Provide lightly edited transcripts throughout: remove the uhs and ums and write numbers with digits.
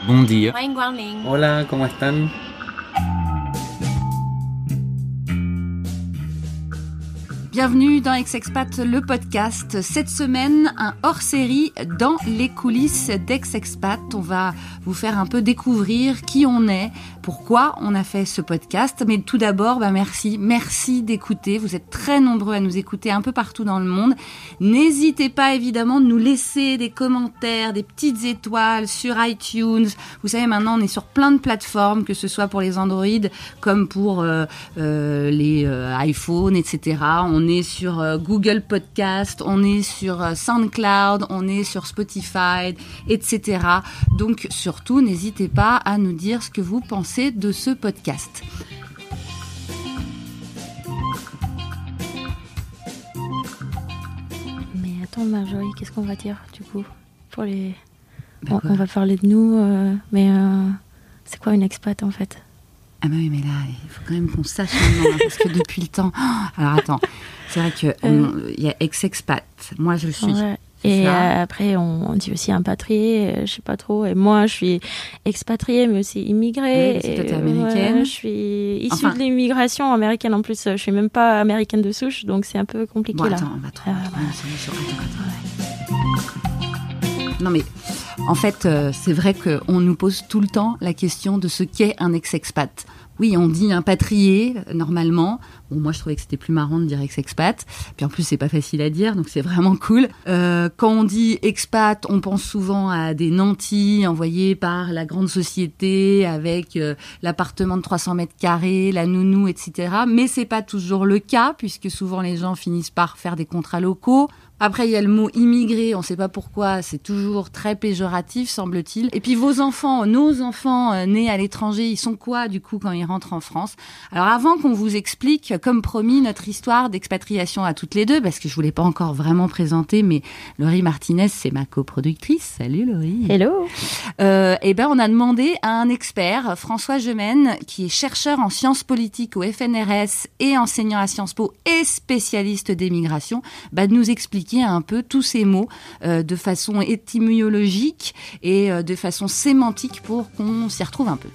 Bon dia. Hola, ¿cómo están? Bienvenue dans Ex-Expat, le podcast. Cette semaine, un hors-série dans les coulisses d'Ex-Expat. On va vous faire un peu découvrir qui on est, pourquoi on a fait ce podcast. Mais tout d'abord, merci d'écouter. Vous êtes très nombreux à nous écouter un peu partout dans le monde. N'hésitez pas évidemment de nous laisser des commentaires, des petites étoiles sur iTunes. Vous savez, maintenant, on est sur plein de plateformes, que ce soit pour les Android comme pour les iPhones, etc. On est sur Google Podcast, on est sur SoundCloud, on est sur Spotify, etc. Donc surtout, n'hésitez pas à nous dire ce que vous pensez de ce podcast. Mais attends Marjorie, qu'est-ce qu'on va dire du coup pour les... on va parler de nous, mais c'est quoi une expat en fait? Ah bah oui, mais là, il faut quand même qu'on sache maintenant, hein, parce que depuis le temps... Alors attends, c'est vrai qu'il y a ex-expat, moi je le suis. Ouais. Et après, on dit aussi impatrié, je sais pas trop. Et moi, je suis expatriée, mais aussi immigrée. Oui, toi, t'es américaine. Je suis issue de l'immigration américaine. En plus, je suis même pas américaine de souche, donc c'est un peu compliqué là. Attends, on va trouver Non mais, en fait, c'est vrai qu'on nous pose tout le temps la question de ce qu'est un ex-expat. Oui, on dit impatrié, normalement. Bon, moi, je trouvais que c'était plus marrant de dire ex-expat. Puis en plus, c'est pas facile à dire, donc c'est vraiment cool. Quand on dit expat, on pense souvent à des nantis envoyés par la grande société avec l'appartement de 300 mètres carrés, la nounou, etc. Mais c'est pas toujours le cas, puisque souvent les gens finissent par faire des contrats locaux. Après, il y a le mot immigré, on ne sait pas pourquoi, c'est toujours très péjoratif, semble-t-il. Et puis vos enfants, nos enfants nés à l'étranger, ils sont quoi, du coup, quand ils rentrent en France? Alors avant qu'on vous explique, comme promis, notre histoire d'expatriation à toutes les deux, parce que je ne vous l'ai pas encore vraiment présentée, mais Laurie Martinez, c'est ma coproductrice. Salut Laurie. Hello. On a demandé à un expert, François Gemène, qui est chercheur en sciences politiques au FNRS et enseignant à Sciences Po et spécialiste des migrations, de nous expliquer un peu tous ces mots de façon étymologique et de façon sémantique pour qu'on s'y retrouve un peu.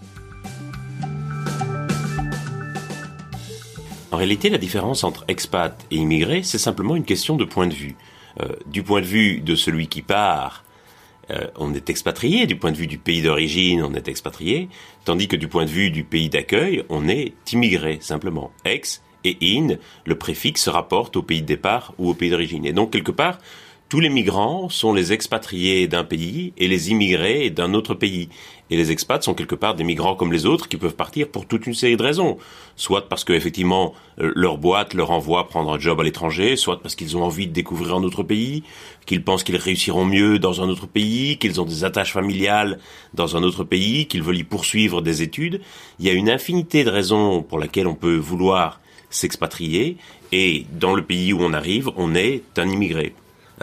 En réalité, la différence entre expat et immigré, c'est simplement une question de point de vue. Du point de vue de celui qui part, on est expatrié. Du point de vue du pays d'origine, on est expatrié. Tandis que du point de vue du pays d'accueil, on est immigré, simplement. Ex et in, le préfixe se rapporte au pays de départ ou au pays d'origine. Et donc, quelque part, tous les migrants sont les expatriés d'un pays et les immigrés d'un autre pays. Et les expats sont quelque part des migrants comme les autres qui peuvent partir pour toute une série de raisons. Soit parce que effectivement leur boîte leur envoie prendre un job à l'étranger, soit parce qu'ils ont envie de découvrir un autre pays, qu'ils pensent qu'ils réussiront mieux dans un autre pays, qu'ils ont des attaches familiales dans un autre pays, qu'ils veulent y poursuivre des études. Il y a une infinité de raisons pour lesquelles on peut vouloir s'expatrier, et dans le pays où on arrive, on est un immigré.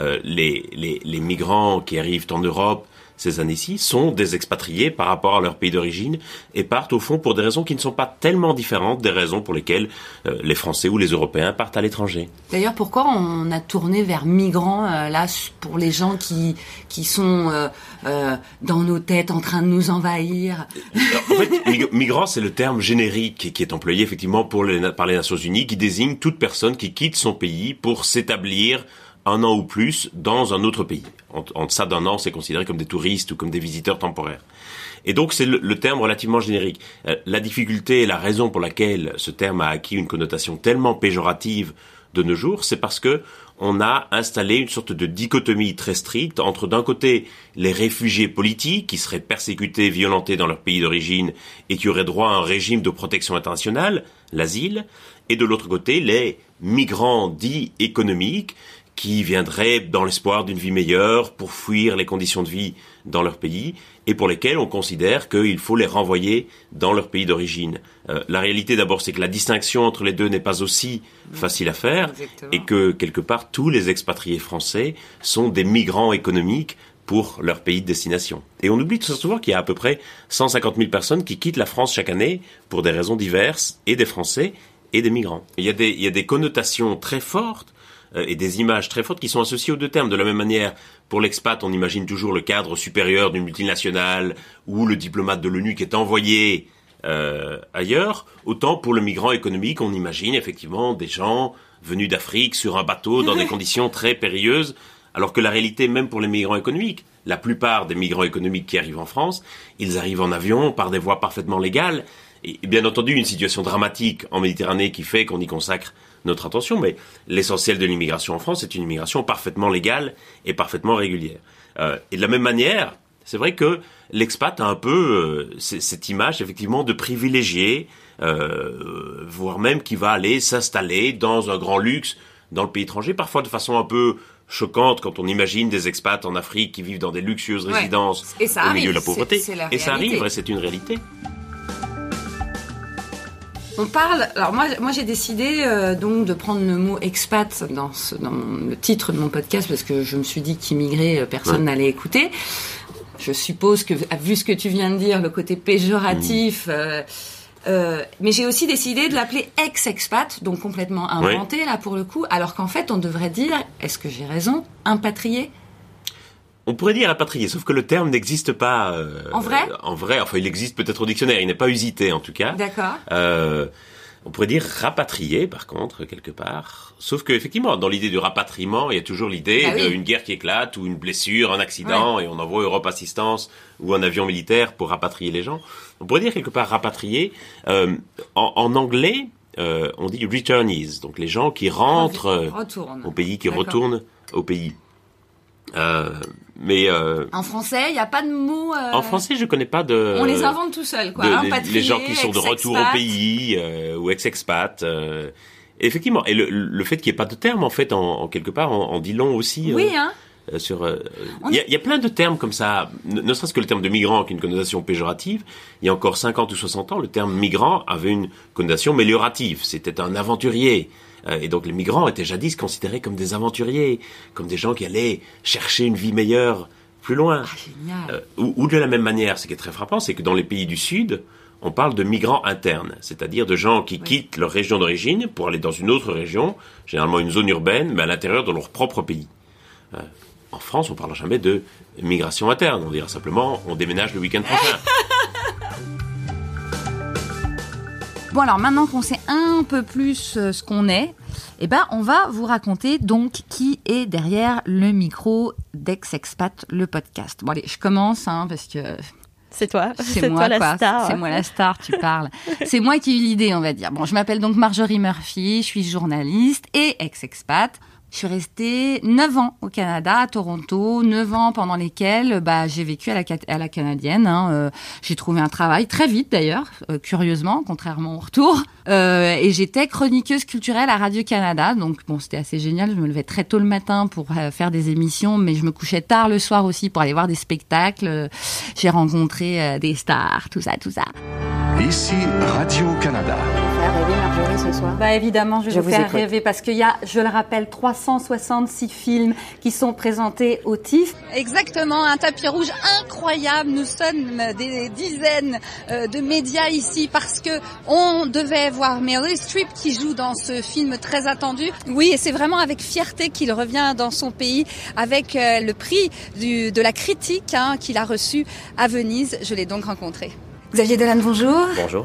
Les migrants qui arrivent en Europe ces années-ci sont des expatriés par rapport à leur pays d'origine et partent au fond pour des raisons qui ne sont pas tellement différentes des raisons pour lesquelles les Français ou les Européens partent à l'étranger. D'ailleurs, pourquoi on a tourné vers migrants là pour les gens qui sont dans nos têtes en train de nous envahir? En fait, migrant, c'est le terme générique qui est employé effectivement par les Nations Unies, qui désigne toute personne qui quitte son pays pour s'établir un an ou plus dans un autre pays. En deçà d'un an, c'est considéré comme des touristes ou comme des visiteurs temporaires. Et donc, c'est le terme relativement générique. La difficulté et la raison pour laquelle ce terme a acquis une connotation tellement péjorative de nos jours, c'est parce que on a installé une sorte de dichotomie très stricte entre, d'un côté, les réfugiés politiques qui seraient persécutés, violentés dans leur pays d'origine et qui auraient droit à un régime de protection internationale, l'asile, et de l'autre côté, les migrants dits économiques qui viendraient dans l'espoir d'une vie meilleure pour fuir les conditions de vie dans leur pays et pour lesquels on considère qu'il faut les renvoyer dans leur pays d'origine. La réalité d'abord, c'est que la distinction entre les deux n'est pas aussi facile à faire. Exactement. Et que quelque part tous les expatriés français sont des migrants économiques pour leur pays de destination. Et on oublie tout souvent qu'il y a à peu près 150 000 personnes qui quittent la France chaque année pour des raisons diverses, et des Français et des migrants. Il y a des connotations très fortes et des images très fortes qui sont associées aux deux termes. De la même manière, pour l'expat, on imagine toujours le cadre supérieur d'une multinationale ou le diplomate de l'ONU qui est envoyé ailleurs. Autant pour le migrant économique, on imagine effectivement des gens venus d'Afrique sur un bateau dans des conditions très périlleuses, alors que la réalité, même pour les migrants économiques, la plupart des migrants économiques qui arrivent en France, ils arrivent en avion par des voies parfaitement légales. Et bien entendu, une situation dramatique en Méditerranée qui fait qu'on y consacre notre attention, mais l'essentiel de l'immigration en France est une immigration parfaitement légale et parfaitement régulière. Et de la même manière, c'est vrai que l'expat a un peu cette image effectivement de privilégié, voire même qui va aller s'installer dans un grand luxe dans le pays étranger, parfois de façon un peu choquante quand on imagine des expats en Afrique qui vivent dans des luxueuses résidences au milieu de la pauvreté. C'est et ça arrive, et c'est une réalité. On parle. Alors moi j'ai décidé donc de prendre le mot expat dans le titre de mon podcast parce que je me suis dit qu'immigré personne n'allait écouter. Je suppose que vu ce que tu viens de dire, le côté péjoratif. Mais j'ai aussi décidé de l'appeler ex-expat, donc complètement inventé là pour le coup, alors qu'en fait on devrait dire, est-ce que j'ai raison, impatrié? On pourrait dire rapatrié, sauf que le terme n'existe pas. En vrai ? En vrai, enfin il existe peut-être au dictionnaire, il n'est pas usité en tout cas. D'accord. On pourrait dire rapatrié par contre, quelque part. Sauf que effectivement, dans l'idée du rapatriement, il y a toujours l'idée d'une guerre qui éclate, ou une blessure, un accident, et on envoie Europe Assistance ou un avion militaire pour rapatrier les gens. On pourrait dire quelque part rapatrié. En anglais, on dit returnees, donc les gens qui rentrent au pays, qui retournent au pays. Mais en français, il n'y a pas de mot. En français, je connais pas de. On les invente tout seuls, quoi. Les gens qui sont de retour au pays ou ex-expat. Effectivement, et le fait qu'il n'y ait pas de terme, en fait, en quelque part, en dit long aussi. Oui, hein. Il y a plein de termes comme ça, ne serait-ce que le terme de migrant qui a une connotation péjorative. Il y a encore 50 ou 60 ans, le terme migrant avait une connotation méliorative. C'était un aventurier. Et donc les migrants étaient jadis considérés comme des aventuriers, comme des gens qui allaient chercher une vie meilleure plus loin. Génial. Ou de la même manière, ce qui est très frappant, c'est que dans les pays du Sud, on parle de migrants internes, c'est-à-dire de gens qui quittent leur région d'origine pour aller dans une autre région, généralement une zone urbaine, mais à l'intérieur de leur propre pays. En France, on ne parle jamais de migration interne, on dira simplement on déménage le week-end prochain. Bon alors maintenant qu'on sait un peu plus ce qu'on est, on va vous raconter donc qui est derrière le micro d'Ex-Expat, le podcast. Bon allez, je commence parce que c'est toi, c'est moi la star. C'est moi la star, tu parles. C'est moi qui ai eu l'idée, on va dire. Bon, je m'appelle donc Marjorie Murphy, je suis journaliste et ex-expat. Je suis restée 9 ans au Canada, à Toronto, 9 ans pendant lesquels j'ai vécu à la canadienne. J'ai trouvé un travail très vite d'ailleurs, curieusement, contrairement au retour. Et j'étais chroniqueuse culturelle à Radio-Canada, donc bon, c'était assez génial. Je me levais très tôt le matin pour faire des émissions, mais je me couchais tard le soir aussi pour aller voir des spectacles. J'ai rencontré des stars, tout ça. Ici Radio-Canada. Vous faire rêver, Marjorie, ce soir? Évidemment, je vais vous faire rêver parce qu'il y a, je le rappelle, 366 films qui sont présentés au TIFF. Exactement, un tapis rouge incroyable. Nous sommes des dizaines de médias ici parce que on devait voir Meryl Streep qui joue dans ce film très attendu. Oui, et c'est vraiment avec fierté qu'il revient dans son pays avec le prix de la critique qu'il a reçu à Venise. Je l'ai donc rencontré. Xavier Dolan, bonjour. Bonjour.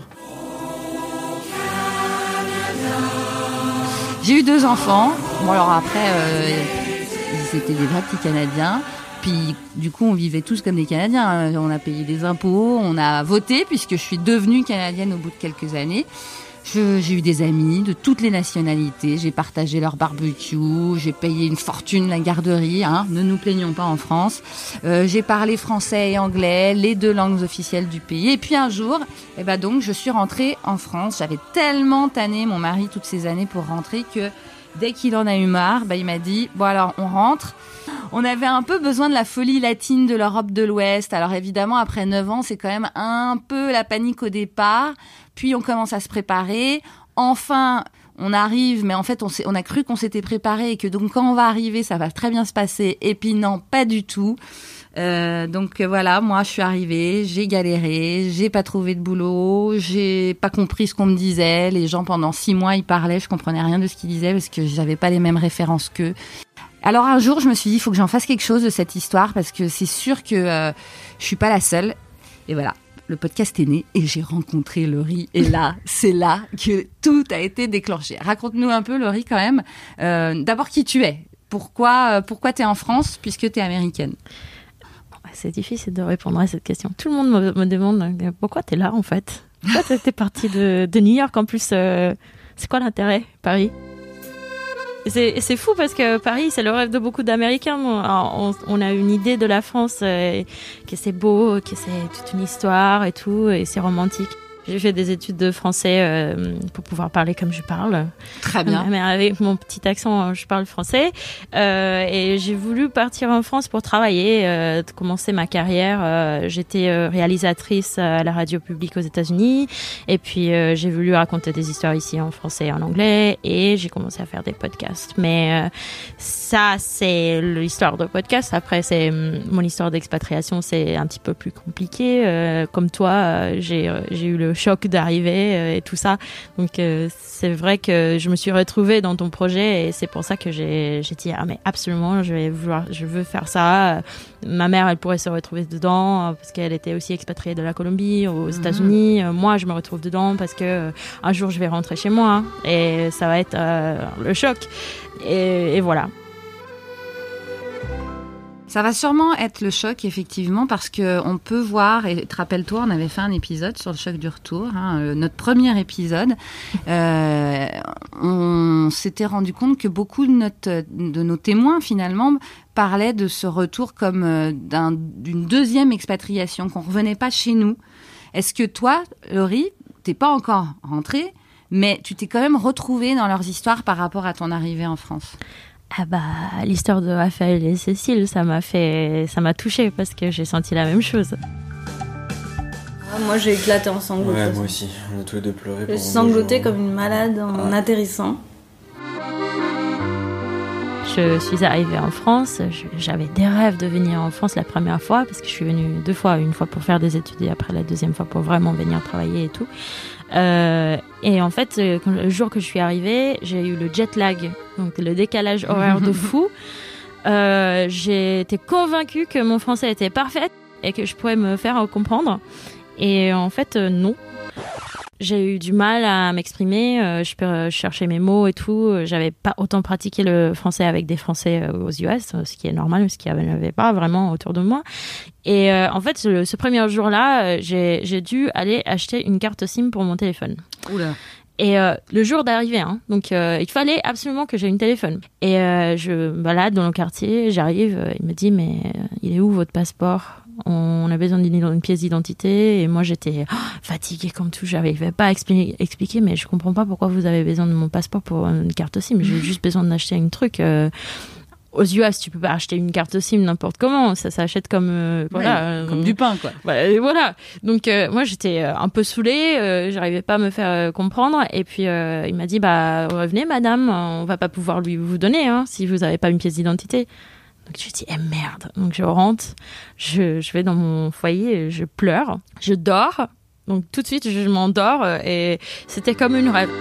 J'ai eu 2 enfants. Bon, alors après, ils étaient des vrais petits Canadiens. Puis, du coup, on vivait tous comme des Canadiens. On a payé des impôts, on a voté, puisque je suis devenue canadienne au bout de quelques années. J'ai eu des amis de toutes les nationalités. J'ai partagé leur barbecue. J'ai payé une fortune la garderie. Ne nous plaignons pas en France. J'ai parlé français et anglais, les 2 langues officielles du pays. Et puis un jour, donc, je suis rentrée en France. J'avais tellement tanné mon mari toutes ces années pour rentrer que dès qu'il en a eu marre, il m'a dit « Bon alors, on rentre ». On avait un peu besoin de la folie latine de l'Europe de l'Ouest. Alors évidemment, après 9 ans, c'est quand même un peu la panique au départ. Puis on commence à se préparer. Enfin, on arrive, mais en fait, on a cru qu'on s'était préparé et que donc quand on va arriver, ça va très bien se passer. Et puis non, pas du tout. Donc voilà, moi je suis arrivée, j'ai galéré, j'ai pas trouvé de boulot, j'ai pas compris ce qu'on me disait. Les gens pendant 6 mois ils parlaient, je comprenais rien de ce qu'ils disaient parce que j'avais pas les mêmes références qu'eux. Alors un jour je me suis dit il faut que j'en fasse quelque chose de cette histoire parce que c'est sûr que je suis pas la seule. Et voilà, le podcast est né et j'ai rencontré Laurie. Et là, c'est là que tout a été déclenché. Raconte-nous un peu Laurie quand même. D'abord qui tu es. Pourquoi t'es en France puisque t'es américaine? C'est difficile de répondre à cette question. Tout le monde me demande pourquoi t'es là en fait. Pourquoi t'es partie de New York en plus c'est quoi l'intérêt, Paris? C'est fou parce que Paris, c'est le rêve de beaucoup d'Américains. On a une idée de la France, que c'est beau, que c'est toute une histoire et tout, et c'est romantique. J'ai fait des études de français pour pouvoir parler comme je parle. Très bien. Mais avec mon petit accent, je parle français. Et j'ai voulu partir en France pour travailler, commencer ma carrière. J'étais réalisatrice à la radio publique aux États-Unis. Et puis, j'ai voulu raconter des histoires ici en français et en anglais. Et j'ai commencé à faire des podcasts. Mais ça, c'est l'histoire de podcast. Après, c'est mon histoire d'expatriation. C'est un petit peu plus compliqué. Comme toi, j'ai eu le choc d'arriver et tout ça. Donc c'est vrai que je me suis retrouvée dans ton projet et c'est pour ça que j'ai dit mais absolument je veux faire ça. Ma mère elle pourrait se retrouver dedans parce qu'elle était aussi expatriée de la Colombie aux États-Unis. Moi je me retrouve dedans parce que un jour je vais rentrer chez moi et ça va être le choc et voilà. Ça va sûrement être le choc, effectivement, parce que on peut voir, et te rappelle-toi, on avait fait un épisode sur le choc du retour, notre premier épisode. On s'était rendu compte que beaucoup de nos témoins, finalement, parlaient de ce retour comme d'une deuxième expatriation, qu'on revenait pas chez nous. Est-ce que toi, Laurie, t'es pas encore rentrée, mais tu t'es quand même retrouvée dans leurs histoires par rapport à ton arrivée en France? Ah bah, l'histoire de Raphaël et Cécile, ça m'a touchée parce que j'ai senti la même chose. Moi, j'ai éclaté en sanglots. Ouais, moi aussi. On a tous les deux pleuré. J'ai sangloté comme une malade en atterrissant. Je suis arrivée en France. J'avais des rêves de venir en France la première fois parce que je suis venue 2 fois. Une fois pour faire des études et après la deuxième fois pour vraiment venir travailler et tout. Et en fait, le jour que je suis arrivée, j'ai eu le jet lag, donc le décalage horaire de fou. J'étais convaincue que mon français était parfait et que je pourrais me faire comprendre. Et en fait, non. J'ai eu du mal à m'exprimer, je cherchais mes mots et tout. J'avais pas autant pratiqué le français avec des Français aux US, ce qui est normal, ce qu'il n'y avait pas vraiment autour de moi. Et en fait, ce premier jour-là, j'ai dû aller acheter une carte SIM pour mon téléphone. Oula. Et le jour d'arrivée, donc il fallait absolument que j'ai une téléphone. Et je me balade dans le quartier, j'arrive, il me dit mais il est où votre passeport ? On a besoin d'une pièce d'identité. Et moi j'étais fatiguée comme tout, j'arrivais pas à expliquer mais je comprends pas pourquoi vous avez besoin de mon passeport pour une carte SIM. J'ai juste besoin d'acheter un truc. Aux US, tu peux pas acheter une carte SIM n'importe comment, ça s'achète comme comme du pain quoi. Voilà. Donc moi j'étais un peu saoulée, j'arrivais pas à me faire comprendre et puis il m'a dit revenez madame, on va pas pouvoir vous donner si vous avez pas une pièce d'identité. Donc je dis merde. Donc je rentre, je vais dans mon foyer, je pleure, je dors. Donc tout de suite je m'endors et c'était comme une rêve.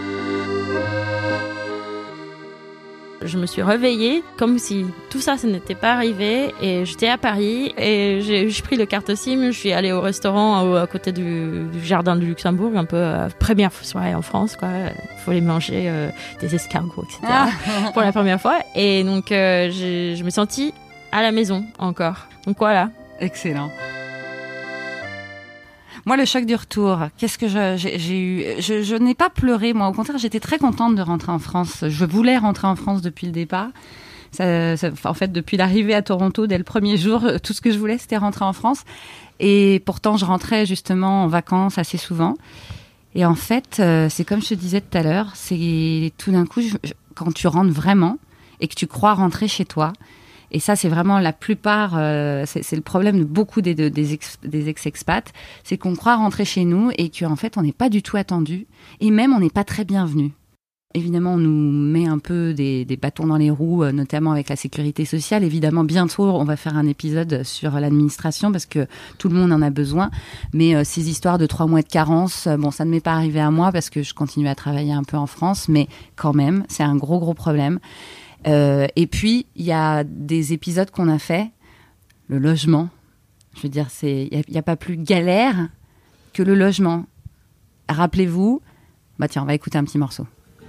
Je me suis réveillée comme si tout ça n'était pas arrivé et j'étais à Paris et j'ai pris le carte SIM, je suis allée au restaurant à côté du jardin du Luxembourg, un peu première soirée en France quoi, il faut les manger des escargots etc. pour la première fois et donc je me sentis à la maison encore. Donc voilà. Excellent. Moi, le choc du retour, qu'est-ce que j'ai eu? Je n'ai pas pleuré, moi. Au contraire, j'étais très contente de rentrer en France. Je voulais rentrer en France depuis le départ. En fait, depuis l'arrivée à Toronto, dès le premier jour, tout ce que je voulais, c'était rentrer en France. Et pourtant, je rentrais justement en vacances assez souvent. Et en fait, c'est comme je te disais tout à l'heure, c'est tout d'un coup, quand tu rentres vraiment et que tu crois rentrer chez toi. Et ça, c'est vraiment la plupart, c'est le problème de beaucoup des ex-expats, c'est qu'on croit rentrer chez nous et qu'en fait, on n'est pas du tout attendu et même on n'est pas très bienvenu. Évidemment, on nous met un peu des bâtons dans les roues, notamment avec la sécurité sociale. Évidemment, bientôt, on va faire un épisode sur l'administration parce que tout le monde en a besoin. Mais ces histoires de 3 mois de carence, bon, ça ne m'est pas arrivé à moi parce que je continue à travailler un peu en France, mais quand même, c'est un gros problème. Et puis, il y a des épisodes qu'on a fait, le logement. Je veux dire, il n'y a pas plus galère que le logement. Rappelez-vous, tiens, on va écouter un petit morceau.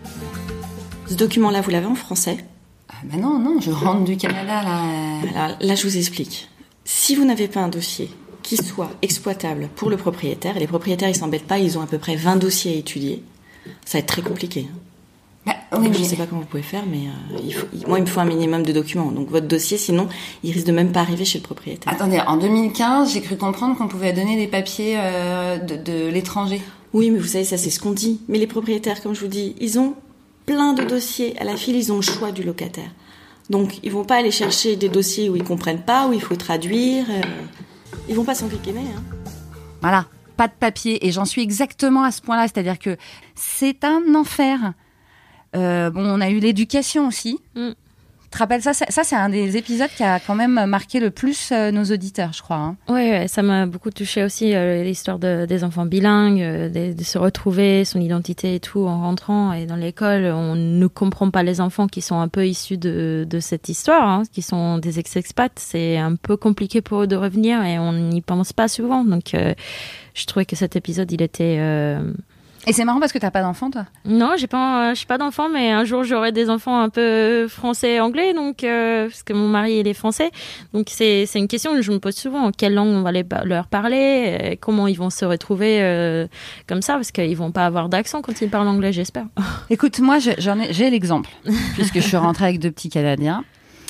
Ce document-là, vous l'avez en français ? Non, je rentre du Canada, là. Alors, là, je vous explique. Si vous n'avez pas un dossier qui soit exploitable pour le propriétaire, et les propriétaires, ils s'embêtent pas, ils ont à peu près 20 dossiers à étudier, ça va être très compliqué. Oui, je ne sais pas comment vous pouvez faire, mais moi, il me faut un minimum de documents. Donc, votre dossier, sinon, il risque de même pas arriver chez le propriétaire. Attendez, en 2015, j'ai cru comprendre qu'on pouvait donner des papiers de l'étranger. Oui, mais vous savez, ça, c'est ce qu'on dit. Mais les propriétaires, comme je vous dis, ils ont plein de dossiers à la file, ils ont le choix du locataire. Donc, ils vont pas aller chercher des dossiers où ils comprennent pas, où il faut traduire. Ils vont pas s'enquiquiner. Voilà, pas de papier. Et j'en suis exactement à ce point-là. C'est-à-dire que c'est un enfer. On a eu l'éducation aussi. Tu te rappelles ça, c'est un des épisodes qui a quand même marqué le plus nos auditeurs, je crois. Oui, ça m'a beaucoup touché aussi, l'histoire des enfants bilingues, de se retrouver, son identité et tout en rentrant. Et dans l'école, on ne comprend pas les enfants qui sont un peu issus de cette histoire, qui sont des ex-expats. C'est un peu compliqué pour eux de revenir et on n'y pense pas souvent. Donc, je trouvais que cet épisode, il était... Et c'est marrant parce que t'as pas d'enfant, toi ? Non, j'ai pas d'enfant, mais un jour j'aurai des enfants un peu français-anglais, donc parce que mon mari il est français, donc c'est une question que je me pose souvent. Quelle langue on va leur parler, comment ils vont se retrouver comme ça, parce qu'ils vont pas avoir d'accent quand ils parlent anglais, j'espère. Écoute, moi j'ai l'exemple, puisque je suis rentrée avec 2 petits Canadiens.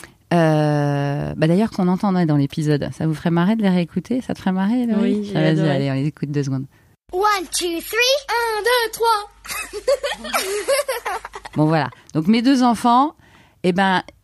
D'ailleurs qu'on entendrait dans l'épisode. Ça vous ferait marrer de les réécouter ? Ça te ferait marrer, Laurie ? Oui, Vas-y, allez, on les écoute 2 secondes. 1, 2, 3. 1, 2, 3. Bon, voilà. Donc, mes 2 enfants, elle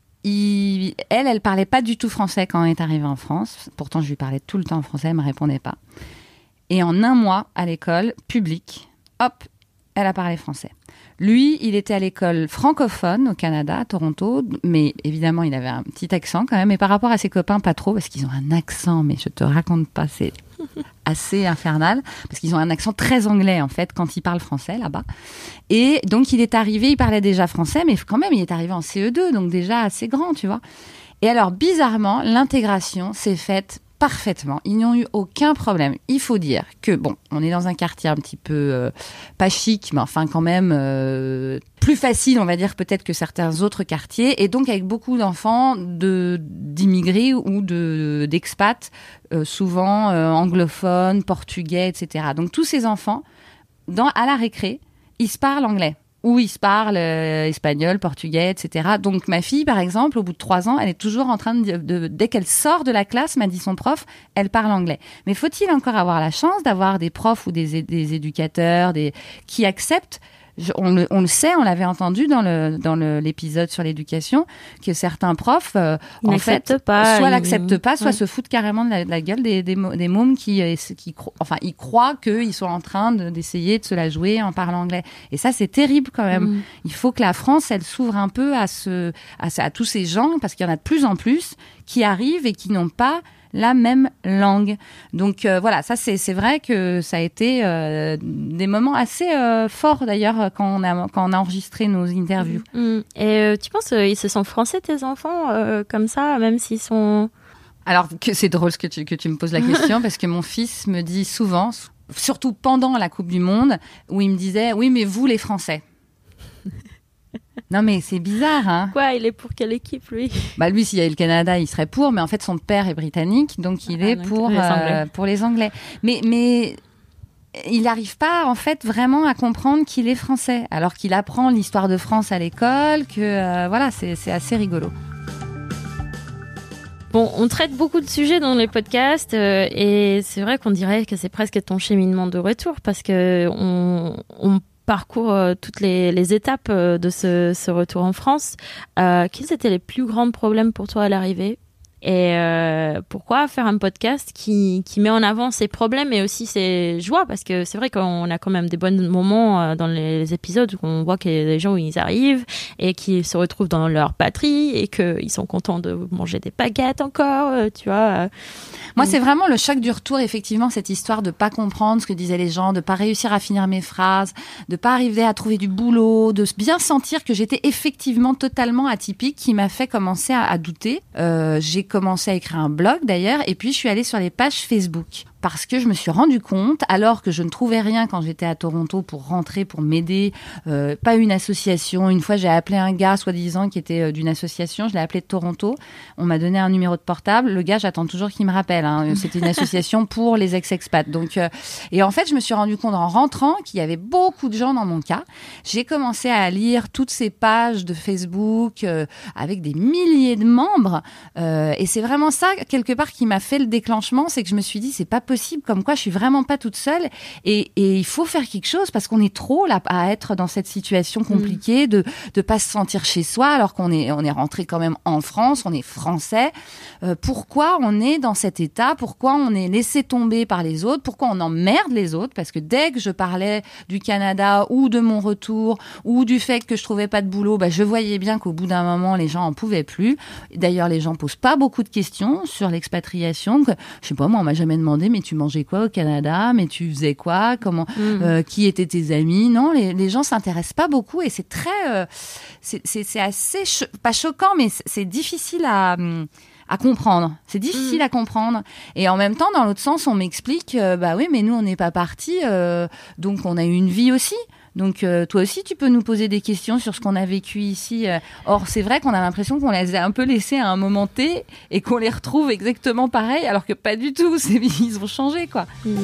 parlait pas du tout français quand elle est arrivée en France. Pourtant, je lui parlais tout le temps en français, elle me répondait pas. Et en 1 mois, à l'école publique, hop, elle a parlé français. Lui, il était à l'école francophone au Canada, à Toronto, mais évidemment, il avait un petit accent quand même. Et par rapport à ses copains, pas trop, parce qu'ils ont un accent, mais je te raconte pas, c'est assez infernal, parce qu'ils ont un accent très anglais, en fait, quand ils parlent français, là-bas. Et donc, il est arrivé, il parlait déjà français, mais quand même, il est arrivé en CE2, donc déjà assez grand, tu vois. Et alors, bizarrement, l'intégration s'est faite parfaitement. Ils n'ont eu aucun problème. Il faut dire que, on est dans un quartier un petit peu pas chic, mais enfin quand même plus facile, on va dire, peut-être que certains autres quartiers, et donc avec beaucoup d'enfants d'immigrés ou d'expats, souvent anglophones, portugais, etc. Donc tous ces enfants, à la récré, ils se parlent anglais. Où ils se parlent espagnol, portugais, etc. Donc ma fille, par exemple, au bout de 3 ans, elle est toujours en train dès qu'elle sort de la classe, m'a dit son prof, elle parle anglais. Mais faut-il encore avoir la chance d'avoir des profs ou des éducateurs qui acceptent? On le sait, on l'avait entendu dans l'épisode sur l'éducation, que certains profs, en fait, soit l'acceptent pas, soit se foutent carrément de la gueule des mômes qui ils croient qu'ils sont en train d'essayer de se la jouer en parlant anglais. Et ça, c'est terrible quand même. Il faut que la France, elle s'ouvre un peu à tous ces gens, parce qu'il y en a de plus en plus qui arrivent et qui n'ont pas la même langue. Donc voilà, ça c'est vrai que ça a été des moments assez forts d'ailleurs quand on a enregistré nos interviews. Et tu penses ils se sentent français tes enfants comme ça, même s'ils sont... Alors que c'est drôle que tu me poses la question parce que mon fils me dit souvent, surtout pendant la Coupe du Monde, où il me disait oui mais vous les Français. Non mais c'est bizarre, hein. Quoi, il est pour quelle équipe, lui ? Lui, s'il y avait le Canada, il serait pour, mais en fait, son père est britannique, donc il est pour les Anglais. Mais il n'arrive pas, en fait, vraiment à comprendre qu'il est français, alors qu'il apprend l'histoire de France à l'école, voilà, c'est assez rigolo. Bon, on traite beaucoup de sujets dans les podcasts et c'est vrai qu'on dirait que c'est presque ton cheminement de retour parce que on parcourt toutes les étapes de ce retour en France. Quels étaient les plus grands problèmes pour toi à l'arrivée Et pourquoi faire un podcast qui met en avant ses problèmes et aussi ses joies, parce que c'est vrai qu'on a quand même des bons moments dans les épisodes où on voit qu'il y a des gens où ils arrivent et qui se retrouvent dans leur patrie et qu'ils sont contents de manger des baguettes encore, tu vois. Moi, c'est vraiment le choc du retour, effectivement, cette histoire de pas comprendre ce que disaient les gens, de pas réussir à finir mes phrases, de pas arriver à trouver du boulot, de bien sentir que j'étais effectivement totalement atypique, qui m'a fait commencer à douter. J'ai commencé à écrire un blog d'ailleurs, et puis je suis allée sur les pages Facebook. Parce que je me suis rendu compte, alors que je ne trouvais rien quand j'étais à Toronto pour rentrer, pour m'aider, pas une association. Une fois, j'ai appelé un gars, soi-disant, qui était d'une association. Je l'ai appelé de Toronto. On m'a donné un numéro de portable. Le gars, j'attends toujours qu'il me rappelle. Hein. C'était une association pour les ex-expats. Donc, et en fait, je me suis rendu compte en rentrant qu'il y avait beaucoup de gens dans mon cas. J'ai commencé à lire toutes ces pages de Facebook avec des milliers de membres. Et c'est vraiment ça, quelque part, qui m'a fait le déclenchement. C'est que je me suis dit, c'est pas possible, comme quoi je suis vraiment pas toute seule et il faut faire quelque chose parce qu'on est trop là à être dans cette situation compliquée de pas se sentir chez soi alors qu'on est rentré quand même en France, on est français. Pourquoi on est dans cet état? Pourquoi on est laissé tomber par les autres? Pourquoi on emmerde les autres? Parce que dès que je parlais du Canada ou de mon retour ou du fait que je trouvais pas de boulot, je voyais bien qu'au bout d'un moment les gens en pouvaient plus. D'ailleurs, les gens posent pas beaucoup de questions sur l'expatriation. Je sais pas, moi on m'a jamais demandé mais tu mangeais quoi au Canada? Mais tu faisais quoi? Comment? Qui étaient tes amis? Non, les gens s'intéressent pas beaucoup et c'est très, c'est assez pas choquant, mais c'est difficile à comprendre. C'est difficile à comprendre. Et en même temps, dans l'autre sens, on m'explique, oui, mais nous on n'est pas partis, donc on a eu une vie aussi. Donc toi aussi, tu peux nous poser des questions sur ce qu'on a vécu ici. Or, c'est vrai qu'on a l'impression qu'on les a un peu laissés à un moment T et qu'on les retrouve exactement pareil, alors que pas du tout. Ils ont changé, quoi.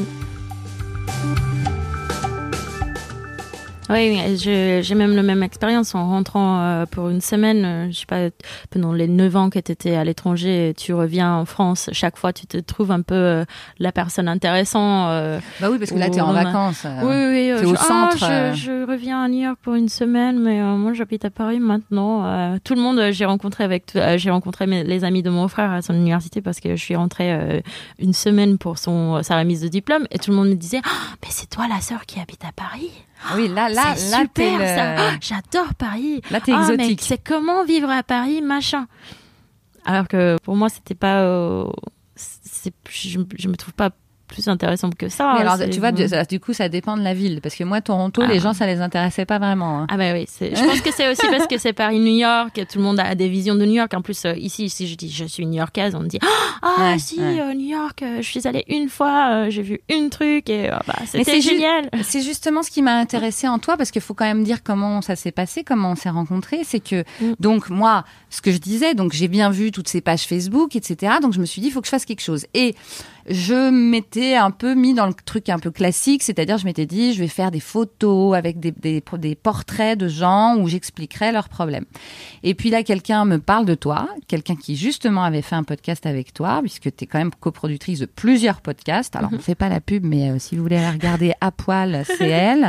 Oui, j'ai même la même expérience en rentrant pour une semaine. Je sais pas, pendant les 9 ans que tu étais à l'étranger, tu reviens en France. Chaque fois, tu te trouves un peu la personne intéressante. Oui, parce que là, tu es en vacances. Oui. Tu es au centre. Je reviens à New York pour une semaine, mais moi, j'habite à Paris maintenant. Tout le monde, j'ai rencontré les amis de mon frère à son université parce que je suis rentrée une semaine pour sa remise de diplôme et tout le monde me disait mais c'est toi la sœur qui habite à Paris. Oui, là, c'est super, ça. j'adore Paris. Là, t'es exotique. Mais c'est comment vivre à Paris, machin. Alors que pour moi, c'était pas. Je me trouve pas plus intéressante que ça. Oui, alors, tu vois, du coup, ça dépend de la ville. Parce que moi, Toronto, les gens, ça les intéressait pas vraiment. Hein. Ah oui, je pense que c'est aussi parce que c'est Paris-New York, tout le monde a des visions de New York. En plus, ici, si je dis je suis new-yorkaise, on me dit New York, je suis allée une fois, j'ai vu une truc et c'était génial. C'est justement ce qui m'a intéressée en toi, parce qu'il faut quand même dire comment ça s'est passé, comment on s'est rencontrés. C'est que, donc, moi, ce que je disais, donc j'ai bien vu toutes ces pages Facebook, etc. Donc, je me suis dit, il faut que je fasse quelque chose. Et je m'étais un peu mis dans le truc un peu classique, c'est-à-dire je m'étais dit je vais faire des photos avec des portraits de gens où j'expliquerai leurs problèmes. Et puis là, quelqu'un me parle de toi, quelqu'un qui justement avait fait un podcast avec toi, puisque tu es quand même coproductrice de plusieurs podcasts. Alors on fait pas la pub, mais si vous voulez la regarder, à poil, c'est elle,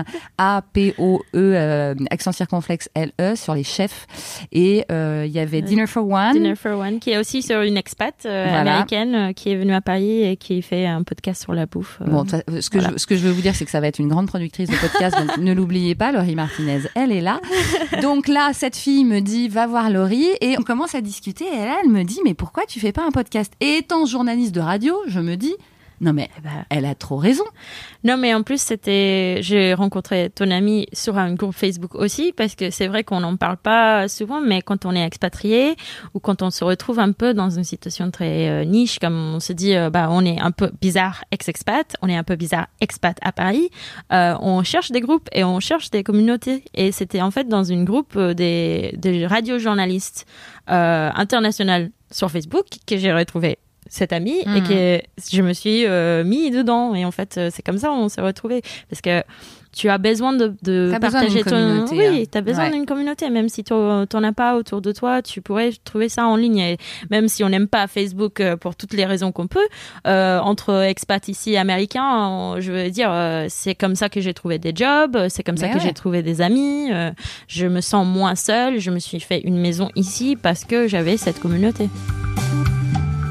APOE, accent circonflexe LE, sur les chefs. Et il y avait Dinner for One, qui est aussi sur une expat américaine qui est venue à Paris et qui fait un podcast sur la bouffe. Ce que je veux vous dire, c'est que ça va être une grande productrice de podcast, donc ne l'oubliez pas, Laurie Martinez, elle est là. Donc là, cette fille me dit, va voir Laurie, et on commence à discuter, et là, elle me dit, mais pourquoi tu fais pas un podcast? Et étant journaliste de radio, je me dis, non mais elle a trop raison. Non mais en plus j'ai rencontré ton amie sur un groupe Facebook aussi, parce que c'est vrai qu'on n'en parle pas souvent, mais quand on est expatrié ou quand on se retrouve un peu dans une situation très niche, comme on se dit on est un peu bizarre ex-expat, on est un peu bizarre expat à Paris, on cherche des groupes et on cherche des communautés, et c'était en fait dans une groupe des radiojournalistes internationaux sur Facebook que j'ai retrouvé cette amie et que je me suis mis dedans, et en fait c'est comme ça on s'est retrouvés, parce que tu as besoin de partager ton... Oui, tu as besoin d'une communauté, même si tu n'en as pas autour de toi, tu pourrais trouver ça en ligne. Et même si on n'aime pas Facebook pour toutes les raisons qu'on peut, entre expats ici américains, je veux dire, c'est comme ça que j'ai trouvé des jobs, c'est comme ça que j'ai trouvé des amis, je me sens moins seule, je me suis fait une maison ici parce que j'avais cette communauté.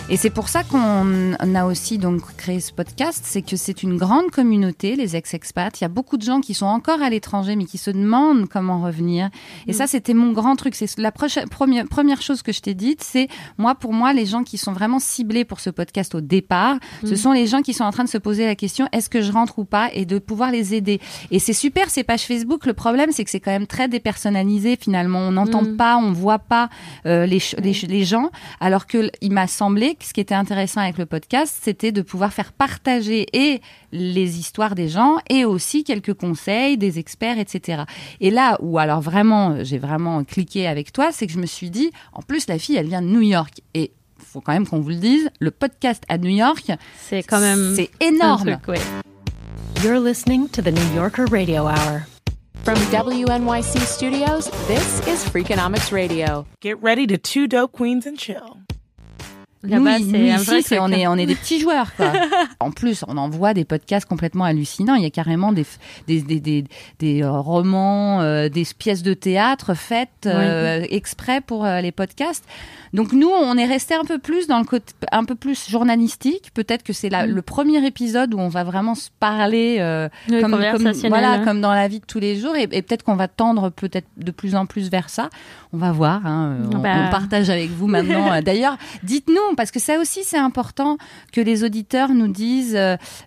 Et c'est pour ça qu'on a aussi donc créé ce podcast, c'est que c'est une grande communauté, les ex-expats. Il y a beaucoup de gens qui sont encore à l'étranger, mais qui se demandent comment revenir. Et ça, c'était mon grand truc. C'est la première chose que je t'ai dite, c'est pour moi, les gens qui sont vraiment ciblés pour ce podcast au départ, ce sont les gens qui sont en train de se poser la question, est-ce que je rentre ou pas, et de pouvoir les aider. Et c'est super, ces pages Facebook. Le problème, c'est que c'est quand même très dépersonnalisé finalement. On n'entend pas, on voit pas les gens, alors que il m'a semblé ce qui était intéressant avec le podcast, c'était de pouvoir faire partager et les histoires des gens et aussi quelques conseils des experts, etc. Et là où alors vraiment, j'ai vraiment cliqué avec toi, c'est que je me suis dit, en plus la fille, elle vient de New York et faut quand même qu'on vous le dise, le podcast à New York, c'est quand même c'est énorme. Un truc, ouais. You're listening to the New Yorker Radio Hour. From WNYC Studios, this is Freakonomics Radio. Get ready to two dope queens and chill. Là-bas, c'est un vrai ici, on est des petits joueurs, quoi. En plus, on en voit des podcasts complètement hallucinants. Il y a carrément des romans, des pièces de théâtre faites exprès pour les podcasts. Donc nous, on est resté un peu plus dans le côté un peu plus journalistique. Peut-être que c'est le premier épisode où on va vraiment se parler comme dans la vie de tous les jours. Et peut-être qu'on va tendre peut-être de plus en plus vers ça. On va voir. On partage avec vous maintenant. D'ailleurs, dites-nous, parce que ça aussi c'est important que les auditeurs nous disent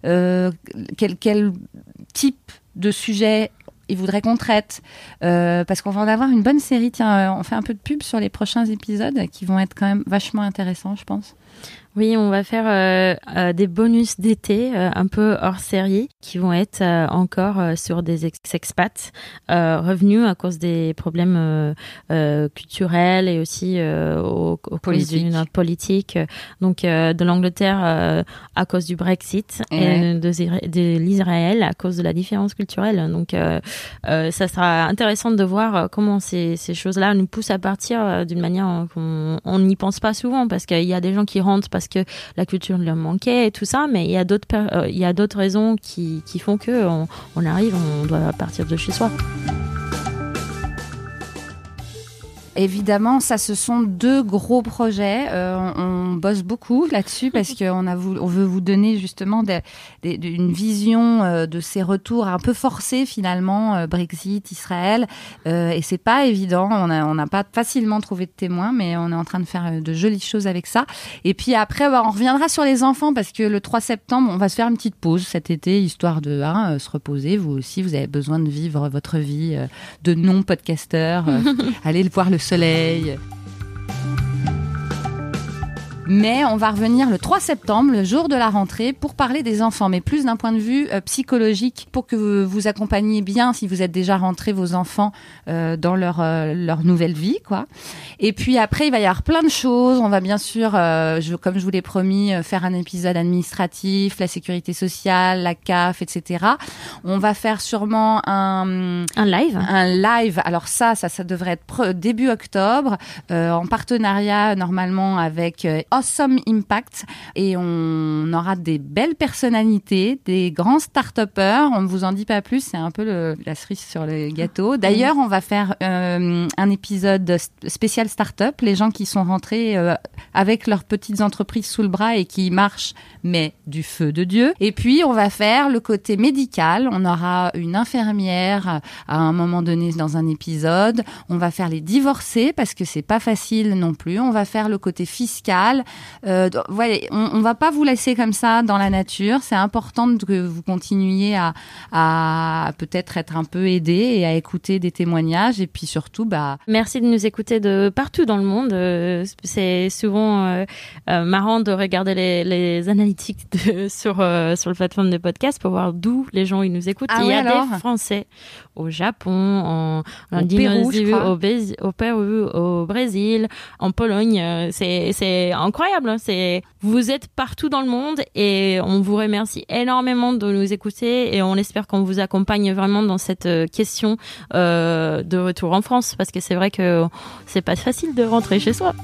quel type de sujet ils voudraient qu'on traite, parce qu'on va en avoir une bonne série. Tiens, on fait un peu de pub sur les prochains épisodes qui vont être quand même vachement intéressants, je pense. Oui, on va faire des bonus d'été un peu hors série qui vont être encore sur des ex-expats revenus à cause des problèmes culturels et aussi aux causes d'une politique. Donc de l'Angleterre à cause du Brexit et de l'Israël à cause de la différence culturelle. Donc ça sera intéressant de voir comment ces choses-là nous poussent à partir d'une manière qu'on n'y pense pas souvent, parce qu'il y a des gens qui rentrent parce que la culture leur manquait et tout ça, mais il y a d'autres raisons qui font que on arrive, on doit partir de chez soi. Évidemment, ça, ce sont deux gros projets. On bosse beaucoup là-dessus parce qu'on veut vous donner justement une vision de ces retours un peu forcés finalement, Brexit, Israël. Et c'est pas évident. On n'a pas facilement trouvé de témoins, mais on est en train de faire de jolies choses avec ça. Et puis après, on reviendra sur les enfants parce que le 3 septembre, on va se faire une petite pause cet été, histoire de se reposer. Vous aussi, vous avez besoin de vivre votre vie de non-podcasteur. Allez voir le soleil. Mais on va revenir le 3 septembre, le jour de la rentrée, pour parler des enfants, mais plus d'un point de vue psychologique, pour que vous accompagniez bien, si vous êtes déjà rentrés, vos enfants dans leur nouvelle vie, quoi. Et puis après, il va y avoir plein de choses. On va bien sûr, comme je vous l'ai promis, faire un épisode administratif, la sécurité sociale, la CAF, etc. On va faire sûrement un live. Alors ça devrait être début octobre, en partenariat normalement avec Awesome Impact, et on aura des belles personnalités, des grands start-upers. On ne vous en dit pas plus, c'est un peu la cerise sur le gâteau. D'ailleurs, on va faire un épisode spécial start-up, les gens qui sont rentrés avec leurs petites entreprises sous le bras et qui marchent, mais du feu de Dieu. Et puis, on va faire le côté médical. On aura une infirmière à un moment donné dans un épisode. On va faire les divorcés parce que c'est pas facile non plus. On va faire le côté fiscal. Voilà, on va pas vous laisser comme ça dans la nature. C'est important que vous continuiez à peut-être être un peu aidés et à écouter des témoignages. Et puis surtout, merci de nous écouter de partout dans le monde. C'est souvent marrant de regarder les analytiques sur le plateforme de podcast pour voir d'où les gens ils nous écoutent. Il y a des Français au Japon, en Indonésie, au Pérou, au Brésil, en Pologne. C'est incroyable. Vous êtes partout dans le monde et on vous remercie énormément de nous écouter, et on espère qu'on vous accompagne vraiment dans cette question de retour en France, parce que c'est vrai que c'est pas facile de rentrer chez soi.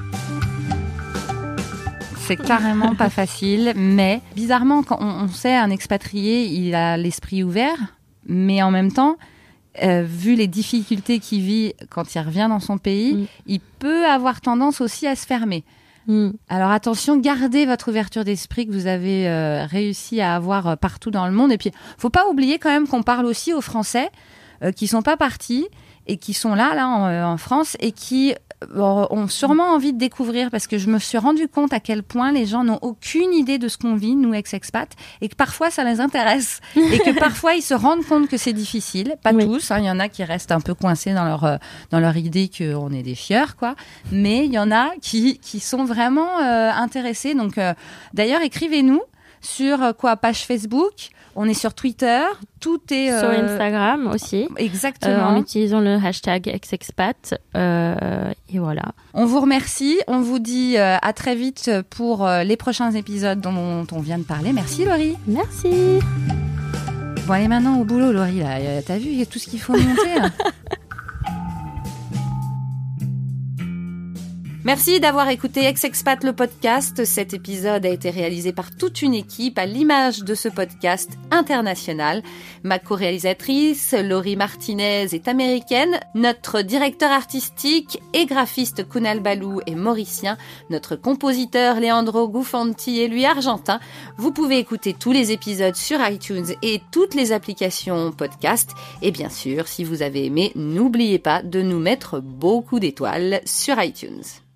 C'est carrément pas facile, mais bizarrement, quand on sait, un expatrié, il a l'esprit ouvert, mais en même temps, vu les difficultés qu'il vit quand il revient dans son pays, il peut avoir tendance aussi à se fermer. Alors attention, gardez votre ouverture d'esprit que vous avez réussi à avoir partout dans le monde. Et puis, faut pas oublier quand même qu'on parle aussi aux Français qui sont pas partis et qui sont là en France et qui ont sûrement envie de découvrir, parce que je me suis rendu compte à quel point les gens n'ont aucune idée de ce qu'on vit, nous ex-expats, et que parfois ça les intéresse et que parfois ils se rendent compte que c'est difficile. Pas tous, il y en a qui restent un peu coincés dans leur idée qu'on est des fieurs, quoi. Mais il y en a qui sont vraiment intéressés. Donc d'ailleurs, écrivez-nous sur page Facebook. On est sur Twitter, tout est... Sur Instagram aussi. Exactement. En utilisant le hashtag #exexpat. Et voilà. On vous remercie. On vous dit à très vite pour les prochains épisodes dont on vient de parler. Merci Laurie. Merci. Bon, allez maintenant au boulot Laurie. Là. T'as vu, il y a tout ce qu'il faut monter. Merci d'avoir écouté Ex-Expat le podcast. Cet épisode a été réalisé par toute une équipe à l'image de ce podcast international. Ma co-réalisatrice, Laurie Martinez, est américaine. Notre directeur artistique et graphiste Kunal Balou est mauricien. Notre compositeur Leandro Gufanti est lui argentin. Vous pouvez écouter tous les épisodes sur iTunes et toutes les applications podcast. Et bien sûr, si vous avez aimé, n'oubliez pas de nous mettre beaucoup d'étoiles sur iTunes.